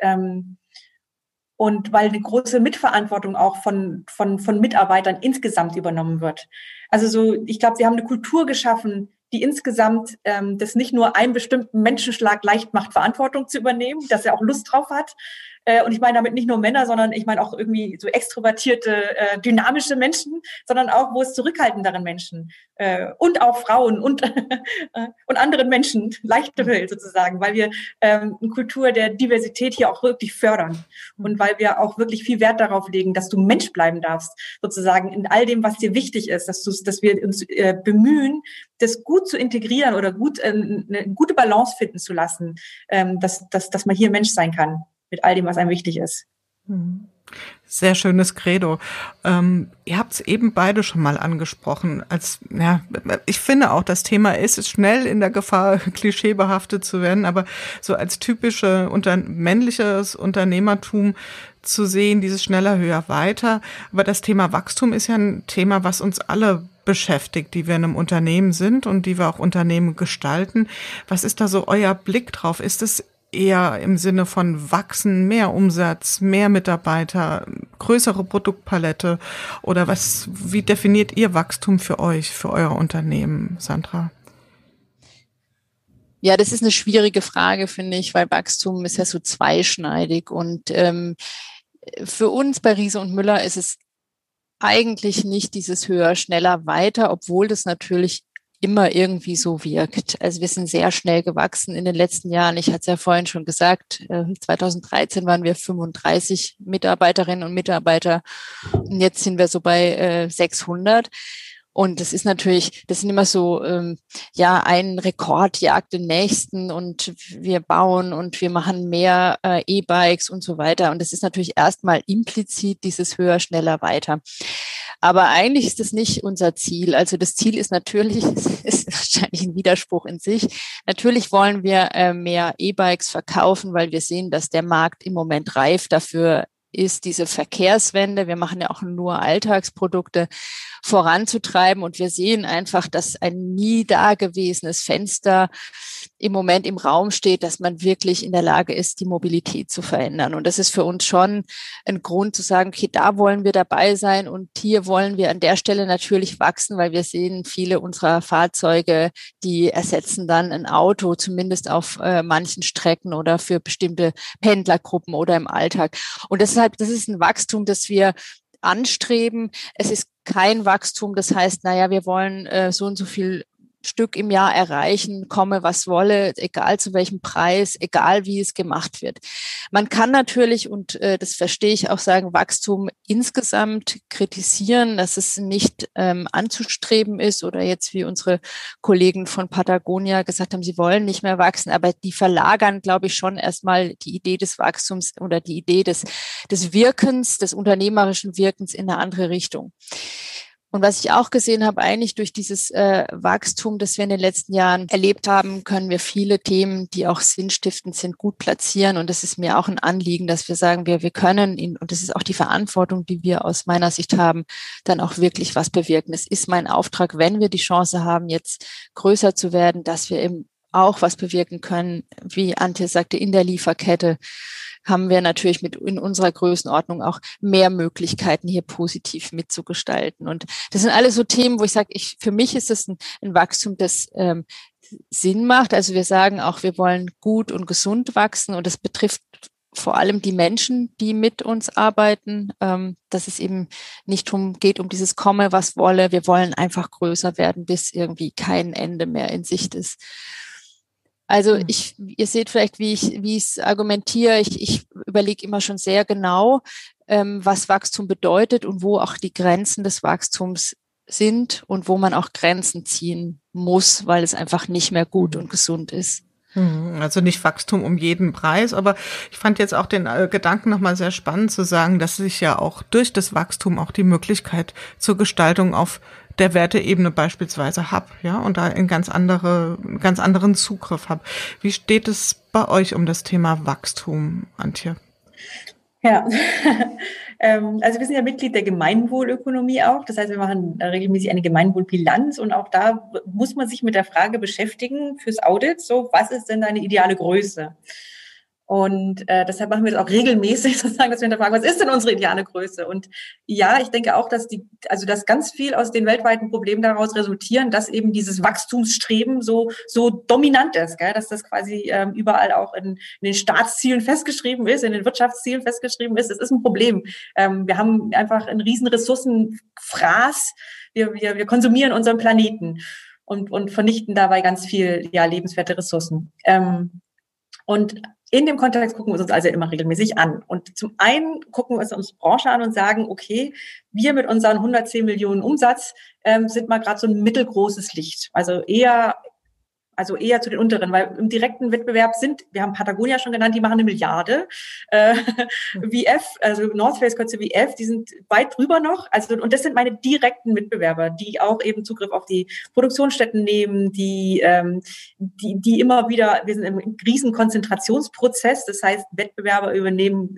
weil eine große Mitverantwortung auch von Mitarbeitern insgesamt übernommen wird. Also so, ich glaube, sie haben eine Kultur geschaffen, die insgesamt das nicht nur einem bestimmten Menschenschlag leicht macht, Verantwortung zu übernehmen, dass er auch Lust drauf hat. Und ich meine damit nicht nur Männer, sondern ich meine auch irgendwie so extrovertierte, dynamische Menschen, sondern auch, wo es zurückhaltenderen Menschen und auch Frauen und anderen Menschen leichter fällt sozusagen, weil wir eine Kultur der Diversität hier auch wirklich fördern und weil wir auch wirklich viel Wert darauf legen, dass du Mensch bleiben darfst, sozusagen in all dem, was dir wichtig ist, dass wir uns bemühen, das gut zu integrieren oder eine gute Balance finden zu lassen, dass man hier Mensch sein kann mit all dem, was einem wichtig ist. Sehr schönes Credo. Ihr habt es eben beide schon mal angesprochen. Ich finde auch, das Thema ist schnell in der Gefahr, klischeebehaftet zu werden, aber so als typische männliches Unternehmertum zu sehen, dieses schneller, höher, weiter. Aber das Thema Wachstum ist ja ein Thema, was uns alle beschäftigt, die wir in einem Unternehmen sind und die wir auch Unternehmen gestalten. Was ist da so euer Blick drauf? Ist es eher im Sinne von wachsen, mehr Umsatz, mehr Mitarbeiter, größere Produktpalette oder wie definiert ihr Wachstum für euch, für euer Unternehmen, Sandra? Ja, das ist eine schwierige Frage, finde ich, weil Wachstum ist ja so zweischneidig und für uns bei Riese und Müller ist es eigentlich nicht dieses höher, schneller, weiter, obwohl das natürlich immer irgendwie so wirkt. Also wir sind sehr schnell gewachsen in den letzten Jahren. Ich hatte es ja vorhin schon gesagt, 2013 waren wir 35 Mitarbeiterinnen und Mitarbeiter und jetzt sind wir so bei 600. Und das ist natürlich, das sind immer so, ein Rekord jagt den nächsten und wir bauen und wir machen mehr E-Bikes und so weiter. Und das ist natürlich erstmal implizit dieses höher, schneller, weiter. Aber eigentlich ist das nicht unser Ziel. Also das Ziel ist natürlich, es ist wahrscheinlich ein Widerspruch in sich. Natürlich wollen wir mehr E-Bikes verkaufen, weil wir sehen, dass der Markt im Moment reif dafür ist, diese Verkehrswende, wir machen ja auch nur Alltagsprodukte, voranzutreiben. Und wir sehen einfach, dass ein nie dagewesenes Fenster im Moment im Raum steht, dass man wirklich in der Lage ist, die Mobilität zu verändern. Und das ist für uns schon ein Grund zu sagen, okay, da wollen wir dabei sein und hier wollen wir an der Stelle natürlich wachsen, weil wir sehen, viele unserer Fahrzeuge, die ersetzen dann ein Auto, zumindest auf manchen Strecken oder für bestimmte Pendlergruppen oder im Alltag. Und deshalb, das ist ein Wachstum, das wir anstreben. Es ist kein Wachstum, das heißt, wir wollen so und so viel Stück im Jahr erreichen, komme was wolle, egal zu welchem Preis, egal wie es gemacht wird. Man kann natürlich, und das verstehe ich auch, sagen, Wachstum insgesamt kritisieren, dass es nicht anzustreben ist oder jetzt wie unsere Kollegen von Patagonia gesagt haben, sie wollen nicht mehr wachsen, aber die verlagern, glaube ich, schon erstmal die Idee des Wachstums oder die Idee des Wirkens, des unternehmerischen Wirkens in eine andere Richtung. Und was ich auch gesehen habe, eigentlich durch dieses Wachstum, das wir in den letzten Jahren erlebt haben, können wir viele Themen, die auch sinnstiftend sind, gut platzieren. Und das ist mir auch ein Anliegen, dass wir sagen, wir können, und das ist auch die Verantwortung, die wir aus meiner Sicht haben, dann auch wirklich was bewirken. Es ist mein Auftrag, wenn wir die Chance haben, jetzt größer zu werden, dass wir eben auch was bewirken können, wie Antje sagte, in der Lieferkette, haben wir natürlich in unserer Größenordnung auch mehr Möglichkeiten, hier positiv mitzugestalten. Und das sind alles so Themen, wo ich sage, für mich ist es ein Wachstum, das Sinn macht. Also wir sagen auch, wir wollen gut und gesund wachsen und das betrifft vor allem die Menschen, die mit uns arbeiten, dass es eben nicht geht um dieses Komme, was wolle. Wir wollen einfach größer werden, bis irgendwie kein Ende mehr in Sicht ist. Also ihr seht vielleicht, wie ich es argumentiere. Ich überlege immer schon sehr genau, was Wachstum bedeutet und wo auch die Grenzen des Wachstums sind und wo man auch Grenzen ziehen muss, weil es einfach nicht mehr gut und gesund ist. Also nicht Wachstum um jeden Preis, aber ich fand jetzt auch den Gedanken nochmal sehr spannend zu sagen, dass sich ja auch durch das Wachstum auch die Möglichkeit zur Gestaltung auf der Werteebene beispielsweise habe, ja, und da einen ganz anderen Zugriff habe. Wie steht es bei euch um das Thema Wachstum, Antje? Ja, also wir sind ja Mitglied der Gemeinwohlökonomie auch. Das heißt, wir machen regelmäßig eine Gemeinwohlbilanz und auch da muss man sich mit der Frage beschäftigen fürs Audit, so was ist denn deine ideale Größe? Und deshalb machen wir das auch regelmäßig, sozusagen, dass wir hinterfragen, was ist denn unsere ideale Größe? Und ja, ich denke auch, dass dass ganz viel aus den weltweiten Problemen daraus resultieren, dass eben dieses Wachstumsstreben so dominant ist, gell? Dass das quasi überall auch in den Staatszielen festgeschrieben ist, in den Wirtschaftszielen festgeschrieben ist. Das ist ein Problem. Wir haben einfach einen riesen Ressourcenfraß. Wir konsumieren unseren Planeten und vernichten dabei ganz viel, lebenswerte Ressourcen. Und in dem Kontext gucken wir uns also immer regelmäßig an. Und zum einen gucken wir uns Branche an und sagen, okay, wir mit unseren 110 Millionen Umsatz sind mal gerade so ein mittelgroßes Licht. Also eher zu den unteren, weil im direkten Wettbewerb wir haben Patagonia schon genannt, die machen 1 Milliarde. VF, also North Face, Kürze VF, die sind weit drüber noch. Also, und das sind meine direkten Mitbewerber, die auch eben Zugriff auf die Produktionsstätten nehmen, die immer wieder, wir sind im riesen Konzentrationsprozess. Das heißt, Wettbewerber übernehmen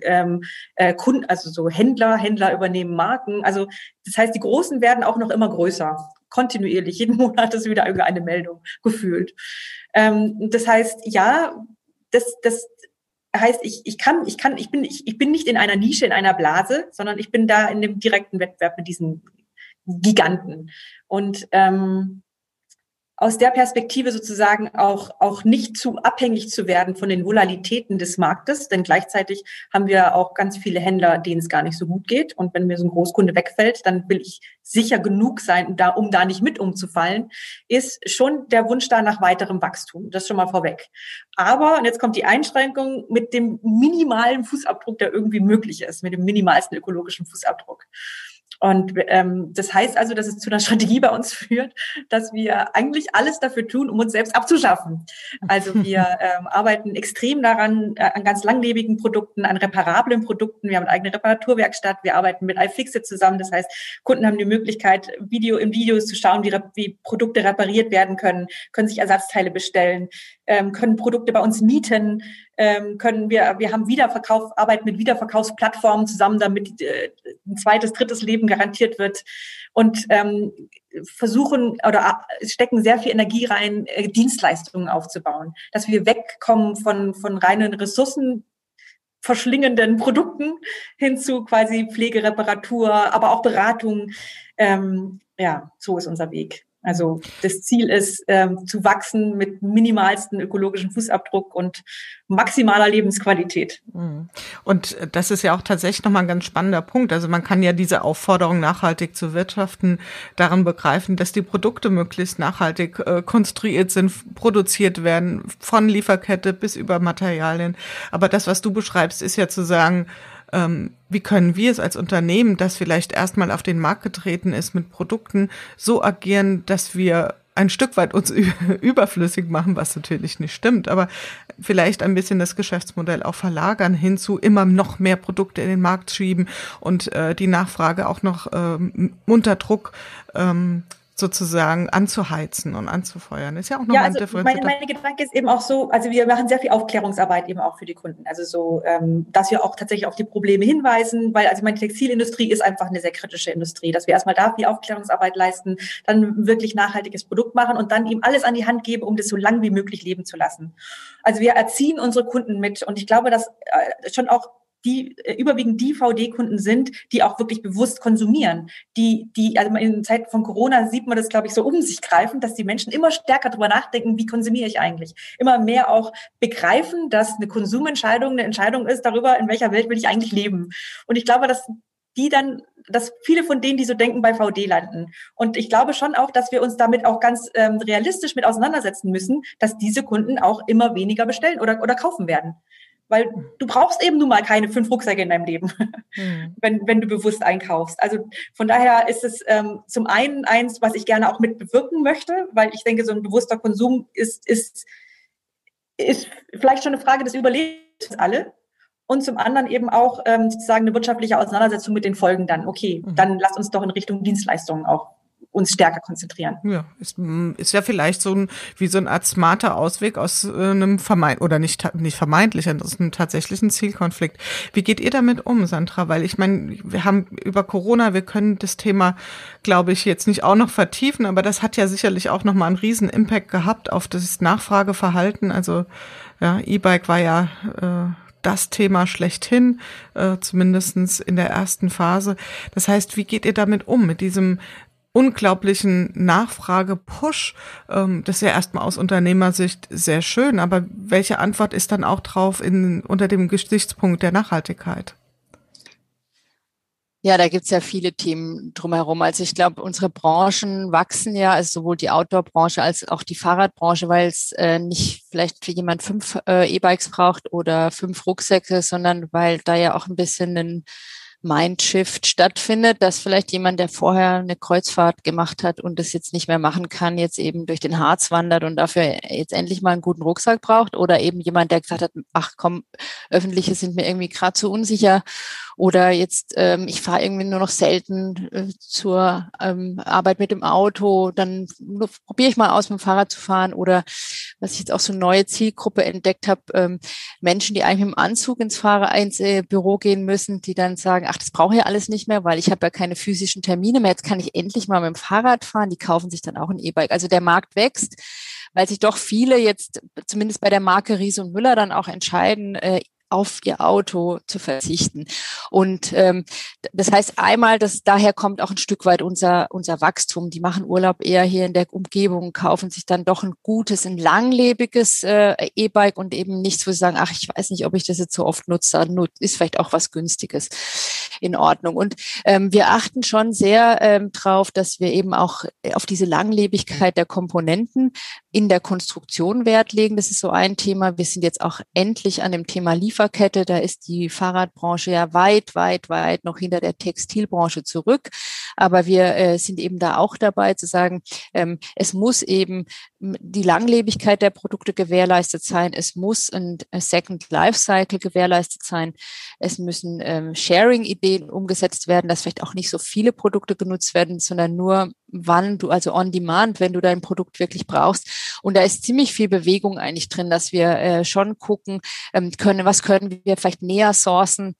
Kunden, also so Händler übernehmen Marken. Also, das heißt, die Großen werden auch noch immer größer. kontinuierlich. Jeden Monat ist wieder irgendeine Meldung gefühlt. Das heißt, ja, das heißt, ich bin nicht in einer Nische, in einer Blase, sondern ich bin da in dem direkten Wettbewerb mit diesen Giganten. Und aus der Perspektive sozusagen auch nicht zu abhängig zu werden von den Volatilitäten des Marktes, denn gleichzeitig haben wir auch ganz viele Händler, denen es gar nicht so gut geht. Und wenn mir so ein Großkunde wegfällt, dann will ich sicher genug sein, um da nicht mit umzufallen, ist schon der Wunsch da nach weiterem Wachstum. Das schon mal vorweg. Aber, und jetzt kommt die Einschränkung mit dem minimalen Fußabdruck, der irgendwie möglich ist, mit dem minimalsten ökologischen Fußabdruck. Und das heißt also, dass es zu einer Strategie bei uns führt, dass wir eigentlich alles dafür tun, um uns selbst abzuschaffen. Also wir arbeiten extrem daran, an ganz langlebigen Produkten, an reparablen Produkten. Wir haben eine eigene Reparaturwerkstatt. Wir arbeiten mit iFixit zusammen. Das heißt, Kunden haben die Möglichkeit, in Videos zu schauen, wie Produkte repariert werden können sich Ersatzteile bestellen, können Produkte bei uns mieten, wir haben arbeiten mit Wiederverkaufsplattformen zusammen, damit ein zweites, drittes Leben garantiert wird und versuchen oder stecken sehr viel Energie rein, Dienstleistungen aufzubauen, dass wir wegkommen von reinen Ressourcen verschlingenden Produkten hin zu quasi Pflege, Reparatur, aber auch Beratung. So ist unser Weg. Also das Ziel ist, zu wachsen mit minimalsten ökologischen Fußabdruck und maximaler Lebensqualität. Und das ist ja auch tatsächlich nochmal ein ganz spannender Punkt. Also man kann ja diese Aufforderung, nachhaltig zu wirtschaften, daran begreifen, dass die Produkte möglichst nachhaltig konstruiert sind, produziert werden, von Lieferkette bis über Materialien. Aber das, was du beschreibst, ist ja zu sagen, wie können wir es als Unternehmen, das vielleicht erstmal auf den Markt getreten ist mit Produkten, so agieren, dass wir ein Stück weit uns überflüssig machen, was natürlich nicht stimmt, aber vielleicht ein bisschen das Geschäftsmodell auch verlagern hin zu immer noch mehr Produkte in den Markt schieben und die Nachfrage auch noch unter Druck sozusagen anzuheizen und anzufeuern. Ist ja auch nochmal ein differenzierter. Mein Gedanke ist eben auch so, also wir machen sehr viel Aufklärungsarbeit eben auch für die Kunden. Also so, dass wir auch tatsächlich auf die Probleme hinweisen, weil also meine Textilindustrie ist einfach eine sehr kritische Industrie, dass wir erstmal da viel Aufklärungsarbeit leisten, dann wirklich nachhaltiges Produkt machen und dann ihm alles an die Hand geben, um das so lang wie möglich leben zu lassen. Also wir erziehen unsere Kunden mit und ich glaube, dass schon auch die überwiegend die VD-Kunden sind, die auch wirklich bewusst konsumieren. Also in Zeiten von Corona sieht man das, glaube ich, so um sich greifen, dass die Menschen immer stärker darüber nachdenken, wie konsumiere ich eigentlich? Immer mehr auch begreifen, dass eine Konsumentscheidung eine Entscheidung ist darüber, in welcher Welt will ich eigentlich leben. Und ich glaube, dass viele von denen, die so denken, bei VD landen. Und ich glaube schon auch, dass wir uns damit auch ganz realistisch mit auseinandersetzen müssen, dass diese Kunden auch immer weniger bestellen oder kaufen werden. Weil du brauchst eben nun mal keine 5 Rucksäcke in deinem Leben, wenn du bewusst einkaufst. Also von daher ist es zum einen eins, was ich gerne auch mit bewirken möchte, weil ich denke, so ein bewusster Konsum ist vielleicht schon eine Frage des Überlebens alle. Und zum anderen eben auch sozusagen eine wirtschaftliche Auseinandersetzung mit den Folgen dann. Okay, dann lasst uns doch in Richtung Dienstleistungen auch uns stärker konzentrieren. Ja, ist ja vielleicht wie so eine Art smarter Ausweg aus einem nicht vermeintlichen, aus einem tatsächlichen Zielkonflikt. Wie geht ihr damit um, Sandra? Weil ich meine, wir haben über Corona, wir können das Thema, glaube ich, jetzt nicht auch noch vertiefen, aber das hat ja sicherlich auch nochmal einen riesen Impact gehabt auf das Nachfrageverhalten. Also ja, E-Bike war ja das Thema schlechthin, zumindestens in der ersten Phase. Das heißt, wie geht ihr damit um, mit diesem unglaublichen Nachfrage-Push? Das ist ja erstmal aus Unternehmersicht sehr schön, aber welche Antwort ist dann auch drauf unter dem Gesichtspunkt der Nachhaltigkeit? Ja, da gibt's ja viele Themen drumherum. Also ich glaube, unsere Branchen wachsen ja, also sowohl die Outdoor-Branche als auch die Fahrradbranche, weil es nicht vielleicht für jemand 5 E-Bikes braucht oder 5 Rucksäcke, sondern weil da ja auch ein bisschen ein Mindshift stattfindet, dass vielleicht jemand, der vorher eine Kreuzfahrt gemacht hat und das jetzt nicht mehr machen kann, jetzt eben durch den Harz wandert und dafür jetzt endlich mal einen guten Rucksack braucht, oder eben jemand, der gesagt hat, ach komm, öffentliche sind mir irgendwie gerade zu unsicher, oder jetzt ich fahre irgendwie nur noch selten zur Arbeit mit dem Auto, dann probiere ich mal aus, mit dem Fahrrad zu fahren. Oder was ich jetzt auch so eine neue Zielgruppe entdeckt habe, Menschen, die eigentlich mit dem Anzug ins Büro gehen müssen, die dann sagen, ach, das brauche ich ja alles nicht mehr, weil ich habe ja keine physischen Termine mehr. Jetzt kann ich endlich mal mit dem Fahrrad fahren. Die kaufen sich dann auch ein E-Bike. Also der Markt wächst, weil sich doch viele jetzt, zumindest bei der Marke Riese und Müller, dann auch entscheiden, auf ihr Auto zu verzichten. Und das heißt einmal, dass daher kommt auch ein Stück weit unser Wachstum. Die machen Urlaub eher hier in der Umgebung, kaufen sich dann doch ein gutes, ein langlebiges E-Bike und eben nichts, wo sie sagen, ach, ich weiß nicht, ob ich das jetzt so oft nutze, ist vielleicht auch was Günstiges. In Ordnung. Und wir achten schon sehr drauf, dass wir eben auch auf diese Langlebigkeit der Komponenten in der Konstruktion Wert legen. Das ist so ein Thema. Wir sind jetzt auch endlich an dem Thema Lieferkette. Da ist die Fahrradbranche ja weit noch hinter der Textilbranche zurück. Aber wir sind eben da auch dabei zu sagen, es muss eben die Langlebigkeit der Produkte gewährleistet sein. Es muss ein Second Life Cycle gewährleistet sein. Es müssen Sharing-Ideen umgesetzt werden, dass vielleicht auch nicht so viele Produkte genutzt werden, sondern nur wann du, also on demand, wenn du dein Produkt wirklich brauchst. Und da ist ziemlich viel Bewegung eigentlich drin, dass wir schon gucken was können wir vielleicht näher sourcen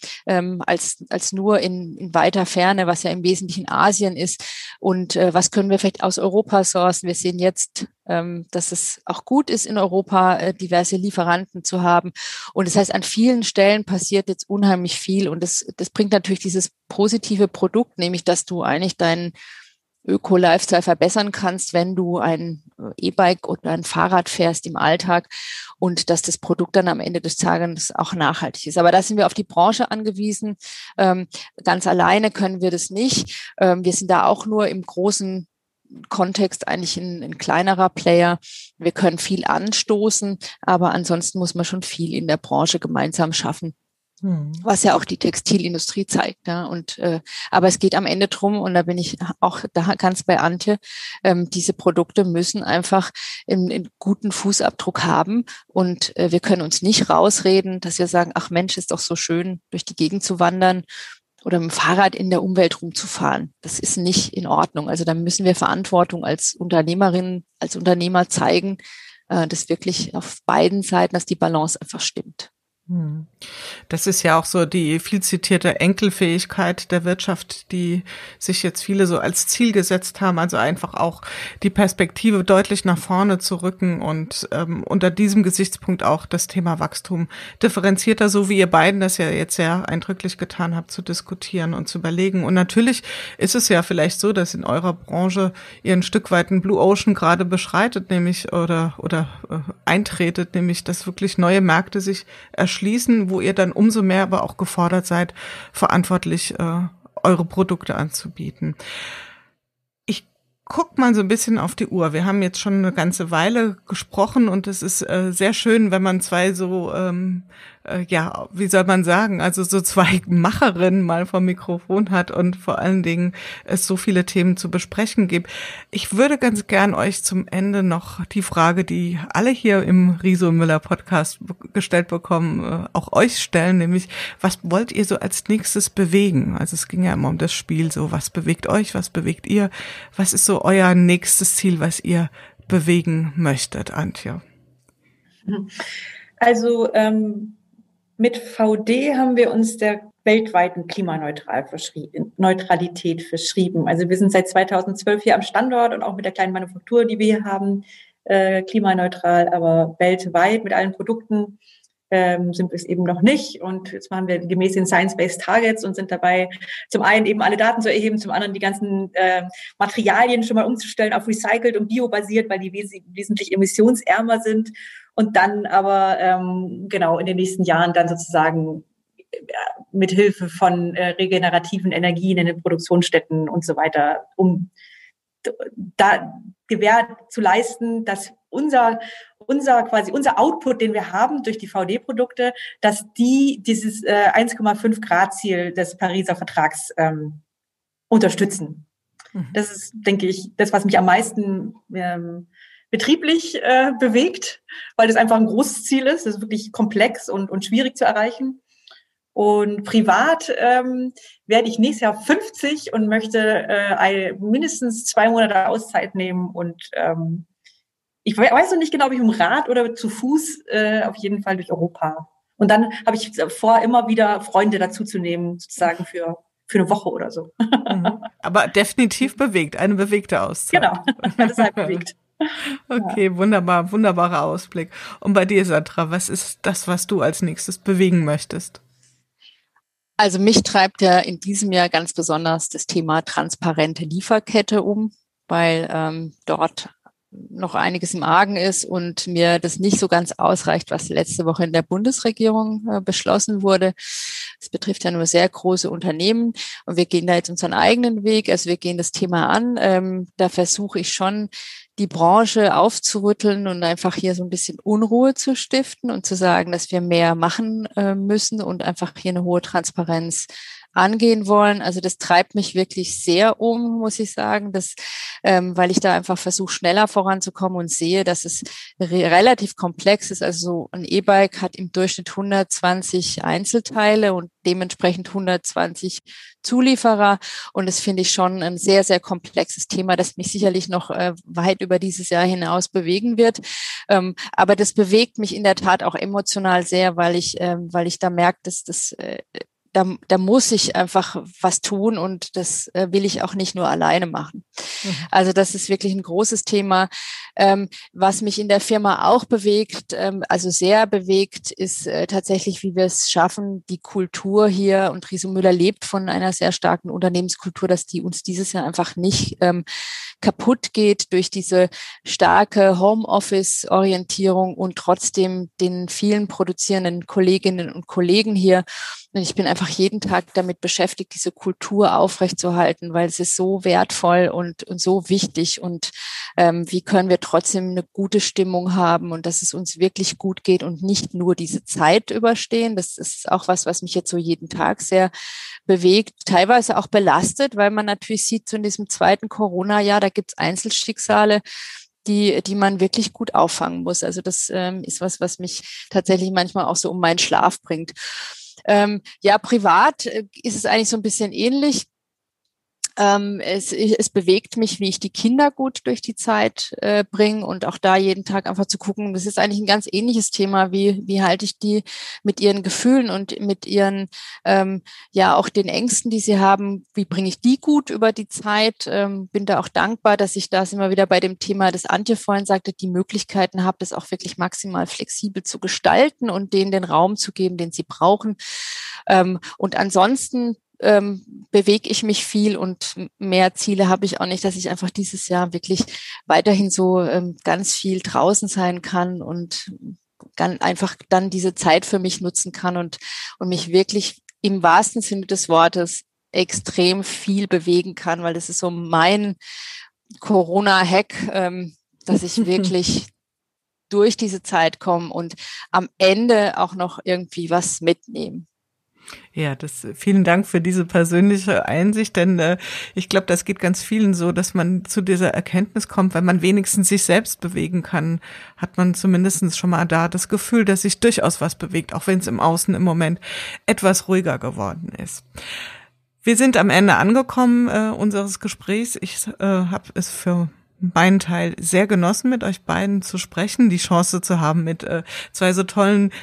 als nur in weiter Ferne, was ja im Wesentlichen Asien ist. Und was können wir vielleicht aus Europa sourcen? Wir sehen jetzt, dass es auch gut ist, in Europa diverse Lieferanten zu haben. Und das heißt, an vielen Stellen passiert jetzt unheimlich viel. Und das bringt natürlich dieses positive Produkt, nämlich dass du eigentlich deinen Öko-Lifestyle verbessern kannst, wenn du ein E-Bike oder ein Fahrrad fährst im Alltag und dass das Produkt dann am Ende des Tages auch nachhaltig ist. Aber da sind wir auf die Branche angewiesen. Ganz alleine können wir das nicht. Wir sind da auch nur im großen Kontext eigentlich ein kleinerer Player. Wir können viel anstoßen, aber ansonsten muss man schon viel in der Branche gemeinsam schaffen. Was ja auch die Textilindustrie zeigt. Ja. Aber es geht am Ende drum, und da bin ich auch da ganz bei Antje, diese Produkte müssen einfach einen guten Fußabdruck haben. Und wir können uns nicht rausreden, dass wir sagen, ach Mensch, ist doch so schön, durch die Gegend zu wandern oder mit dem Fahrrad in der Umwelt rumzufahren. Das ist nicht in Ordnung. Also da müssen wir Verantwortung als Unternehmerinnen, als Unternehmer zeigen, dass wirklich auf beiden Seiten, dass die Balance einfach stimmt. Das ist ja auch so die viel zitierte Enkelfähigkeit der Wirtschaft, die sich jetzt viele so als Ziel gesetzt haben, also einfach auch die Perspektive deutlich nach vorne zu rücken und unter diesem Gesichtspunkt auch das Thema Wachstum differenzierter, so wie ihr beiden das ja jetzt sehr eindrücklich getan habt, zu diskutieren und zu überlegen. Und natürlich ist es ja vielleicht so, dass in eurer Branche ihr ein Stück weit einen Blue Ocean gerade beschreitet, nämlich oder eintretet, nämlich dass wirklich neue Märkte sich erschließen, wo ihr dann umso mehr aber auch gefordert seid, verantwortlich eure Produkte anzubieten. Ich guck mal so ein bisschen auf die Uhr. Wir haben jetzt schon eine ganze Weile gesprochen und es ist sehr schön, wenn man zwei so, wie soll man sagen, also so zwei Macherinnen mal vom Mikrofon hat und vor allen Dingen es so viele Themen zu besprechen gibt. Ich würde ganz gern euch zum Ende noch die Frage, die alle hier im Riese und Müller Podcast gestellt bekommen, auch euch stellen, nämlich, was wollt ihr so als nächstes bewegen? Also es ging ja immer um das Spiel, so was bewegt euch, was bewegt ihr? Was ist so euer nächstes Ziel, was ihr bewegen möchtet, Antje? Also mit VD haben wir uns der weltweiten Klimaneutralität verschrieben. Also wir sind seit 2012 hier am Standort und auch mit der kleinen Manufaktur, die wir hier haben, klimaneutral, aber weltweit mit allen Produkten sind wir es eben noch nicht. Und jetzt machen wir gemäß den Science-Based Targets und sind dabei, zum einen eben alle Daten zu erheben, zum anderen die ganzen Materialien schon mal umzustellen auf recycelt und biobasiert, weil die wesentlich emissionsärmer sind. Und dann aber in den nächsten Jahren dann sozusagen mit Hilfe von regenerativen Energien in den Produktionsstätten und so weiter, um da Gewähr zu leisten, dass unser Output, den wir haben durch die VD-Produkte, dass dieses 1,5 Grad Ziel des Pariser Vertrags unterstützen. Das ist, denke ich, das, was mich am meisten betrieblich bewegt, weil das einfach ein großes Ziel ist. Das ist wirklich komplex und schwierig zu erreichen. Und privat werde ich nächstes Jahr 50 und möchte mindestens 2 Monate Auszeit nehmen. Und ich weiß noch nicht genau, ob ich mit dem Rad oder zu Fuß auf jeden Fall durch Europa Und dann habe ich vor, immer wieder Freunde dazu zu nehmen, sozusagen für eine Woche oder so. Aber definitiv bewegt, eine bewegte Auszeit. Genau, das ist halt bewegt. Okay, wunderbar, wunderbarer Ausblick. Und bei dir, Sandra, was ist das, was du als nächstes bewegen möchtest? Also mich treibt ja in diesem Jahr ganz besonders das Thema transparente Lieferkette um, weil dort noch einiges im Argen ist und mir das nicht so ganz ausreicht, was letzte Woche in der Bundesregierung beschlossen wurde. Es betrifft ja nur sehr große Unternehmen und wir gehen da jetzt unseren eigenen Weg. Also wir gehen das Thema an. Da versuche ich schon, die Branche aufzurütteln und einfach hier so ein bisschen Unruhe zu stiften und zu sagen, dass wir mehr machen müssen und einfach hier eine hohe Transparenz angehen wollen. Also das treibt mich wirklich sehr um, muss ich sagen, weil ich da einfach versuche, schneller voranzukommen und sehe, dass es relativ komplex ist. Also so ein E-Bike hat im Durchschnitt 120 Einzelteile und dementsprechend 120 Zulieferer. Und das finde ich schon ein sehr, sehr komplexes Thema, das mich sicherlich noch weit über dieses Jahr hinaus bewegen wird. Aber das bewegt mich in der Tat auch emotional sehr, weil ich da merke, dass da muss ich einfach was tun und das will ich auch nicht nur alleine machen. Also das ist wirklich ein großes Thema. Was mich in der Firma auch bewegt, also sehr bewegt, ist tatsächlich, wie wir es schaffen, die Kultur hier, und Riso Müller lebt von einer sehr starken Unternehmenskultur, dass die uns dieses Jahr einfach nicht kaputt geht durch diese starke Homeoffice-Orientierung und trotzdem den vielen produzierenden Kolleginnen und Kollegen hier. Und ich bin einfach jeden Tag damit beschäftigt, diese Kultur aufrechtzuerhalten, weil es ist so wertvoll und so wichtig. Und wie können wir trotzdem eine gute Stimmung haben und dass es uns wirklich gut geht und nicht nur diese Zeit überstehen. Das ist auch was mich jetzt so jeden Tag sehr bewegt, teilweise auch belastet, weil man natürlich sieht, so in diesem zweiten Corona-Jahr, da gibt es Einzelschicksale, die man wirklich gut auffangen muss. Also das ist was mich tatsächlich manchmal auch so um meinen Schlaf bringt. Ja, privat ist es eigentlich so ein bisschen ähnlich. Es bewegt mich, wie ich die Kinder gut durch die Zeit bringe und auch da jeden Tag einfach zu gucken, das ist eigentlich ein ganz ähnliches Thema, wie halte ich die mit ihren Gefühlen und mit ihren, ja auch den Ängsten, die sie haben, wie bringe ich die gut über die Zeit, bin da auch dankbar, dass ich da immer wieder bei dem Thema, das Antje vorhin sagte, die Möglichkeiten habe, das auch wirklich maximal flexibel zu gestalten und denen den Raum zu geben, den sie brauchen. Und ansonsten bewege ich mich viel und mehr Ziele habe ich auch nicht, dass ich einfach dieses Jahr wirklich weiterhin so ganz viel draußen sein kann und einfach dann diese Zeit für mich nutzen kann und mich wirklich im wahrsten Sinne des Wortes extrem viel bewegen kann, weil das ist so mein Corona-Hack, dass ich wirklich durch diese Zeit komme und am Ende auch noch irgendwie was mitnehme. Ja, vielen Dank für diese persönliche Einsicht, denn ich glaube, das geht ganz vielen so, dass man zu dieser Erkenntnis kommt, wenn man wenigstens sich selbst bewegen kann, hat man zumindest schon mal da das Gefühl, dass sich durchaus was bewegt, auch wenn es im Außen im Moment etwas ruhiger geworden ist. Wir sind am Ende angekommen unseres Gesprächs. Ich habe es für meinen Teil sehr genossen, mit euch beiden zu sprechen, die Chance zu haben, mit zwei so tollen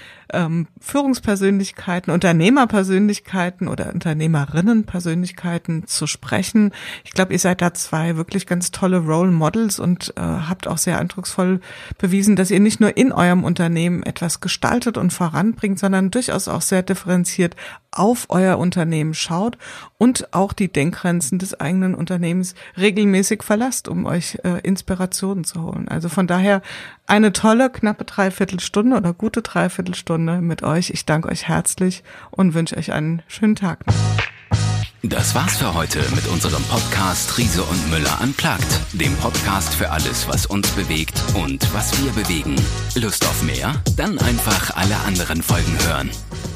Führungspersönlichkeiten, Unternehmerpersönlichkeiten oder Unternehmerinnenpersönlichkeiten zu sprechen. Ich glaube, ihr seid da zwei wirklich ganz tolle Role Models und habt auch sehr eindrucksvoll bewiesen, dass ihr nicht nur in eurem Unternehmen etwas gestaltet und voranbringt, sondern durchaus auch sehr differenziert auf euer Unternehmen schaut und auch die Denkgrenzen des eigenen Unternehmens regelmäßig verlasst, um euch Inspirationen zu holen. Also von daher eine tolle, knappe Dreiviertelstunde oder gute Dreiviertelstunde mit euch. Ich danke euch herzlich und wünsche euch einen schönen Tag. Das war's für heute mit unserem Podcast Riso und Müller Unplugged, dem Podcast für alles, was uns bewegt und was wir bewegen. Lust auf mehr? Dann einfach alle anderen Folgen hören.